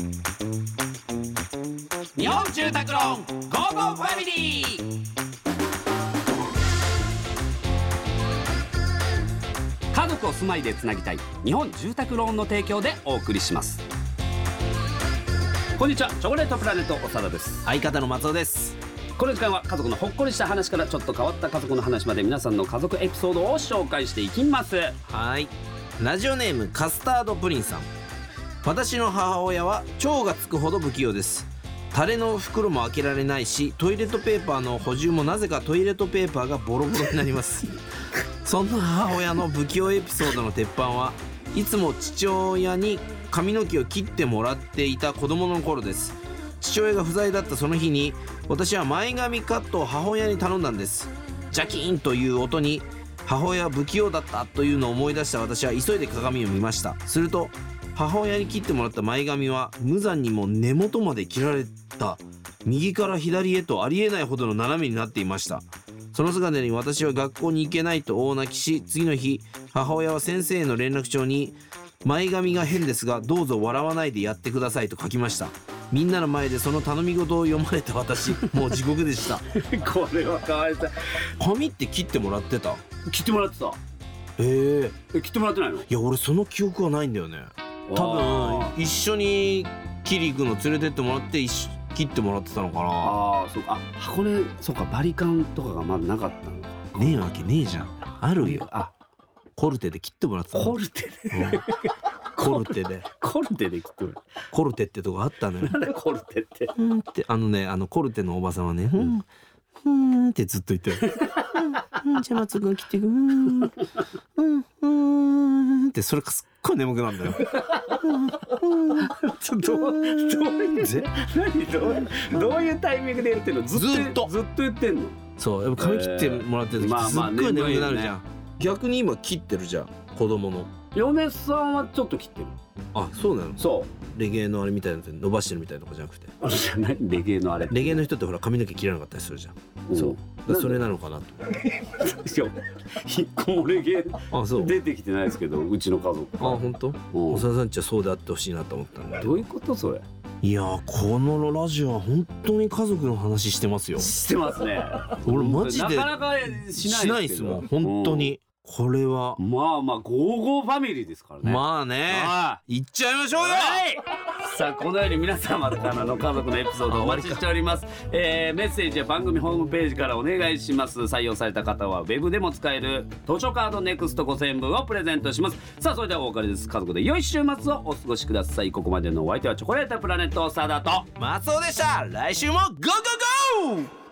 日本住宅ローンゴーゴーファミリー。家族を住まいでつなぎたい日本住宅ローンの提供でお送りします。こんにちは、チョコレートプラネット長田です。 相方の松尾です。 この時間は家族のほっこりした話からちょっと変わった家族の話まで皆さんの家族エピソードを紹介していきます。 はい。ラジオネームカスタードプリンさん。私の母親は超がつくほど不器用です。タレの袋も開けられないし、トイレットペーパーの補充もなぜかトイレットペーパーがボロボロになりますそんな母親の不器用エピソードの鉄板はいつも父親に髪の毛を切ってもらっていた子供の頃です。父親が不在だったその日に私は前髪カットを母親に頼んだんです。ジャキーンという音に母親は不器用だったというのを思い出した私は急いで鏡を見ました。すると母親に切ってもらった前髪は無残にも根元まで切られた右から左へとありえないほどの斜めになっていました。その姿に私は学校に行けないと大泣きし、次の日母親は先生への連絡帳に前髪が変ですがどうぞ笑わないでやってくださいと書きました。みんなの前でその頼み事を読まれた私、もう地獄でしたこれはかわいそう。 髪って切ってもらってた？ 切ってもらってた。 切ってもらってないの？いや俺その記憶はないんだよね。多分一緒に切り行くの連れてってもらって切ってもらってたのかな。 そうか。箱根、そうか、バリカンとかがまだなかったのか。 ねえわけねえじゃん。あるよ。コルテで切ってもらってたの。 コルテで、 コルテでコルテで切ってもらって。 コルテってとこあったのよ。 なんだコルテって。 ってコルテのおばさんはね、ってずっと言ってる。じゃあ松君切ってく。ってそれがすっごい眠くなるんだよ。 どういうタイミングでやってんの？ずっと言ってんの？ そう、やっぱ髪切ってもらってる時ってすっごい眠くなるじゃん。逆に今切ってるじゃん、子供の。 嫁さんはちょっと切ってる。 あ、そうなの？ そう。 レゲエのあれみたいな伸ばしてるみたいなとかじゃなくて。 何レゲエのあれ？ レゲエの人ってほら髪の毛切らなかったりするじゃん。そう。それなのかなと。 一個もレゲエ出てきてないですけど、うちの家族。 本当？おささんちはそうであってほしいなと思ったんだ。 どういうことそれ？ いやこのラジオは本当に家族の話してますよ。 してますね。 俺マジでなかなかしないですもん本当に。これはまあゴーゴーファミリーですからね。 まあね、行っちゃいましょうよ。 さあこのように皆様からの家族のエピソードをお待ちしております。メッセージは番組ホームページからお願いします。採用された方はウェブでも使える図書カードネクスト5000円分をプレゼントします。さあそれではお別れです。家族で良い週末をお過ごしください。ここまでのお相手はチョコレートプラネット長田と松尾でした。来週もゴーゴーゴー。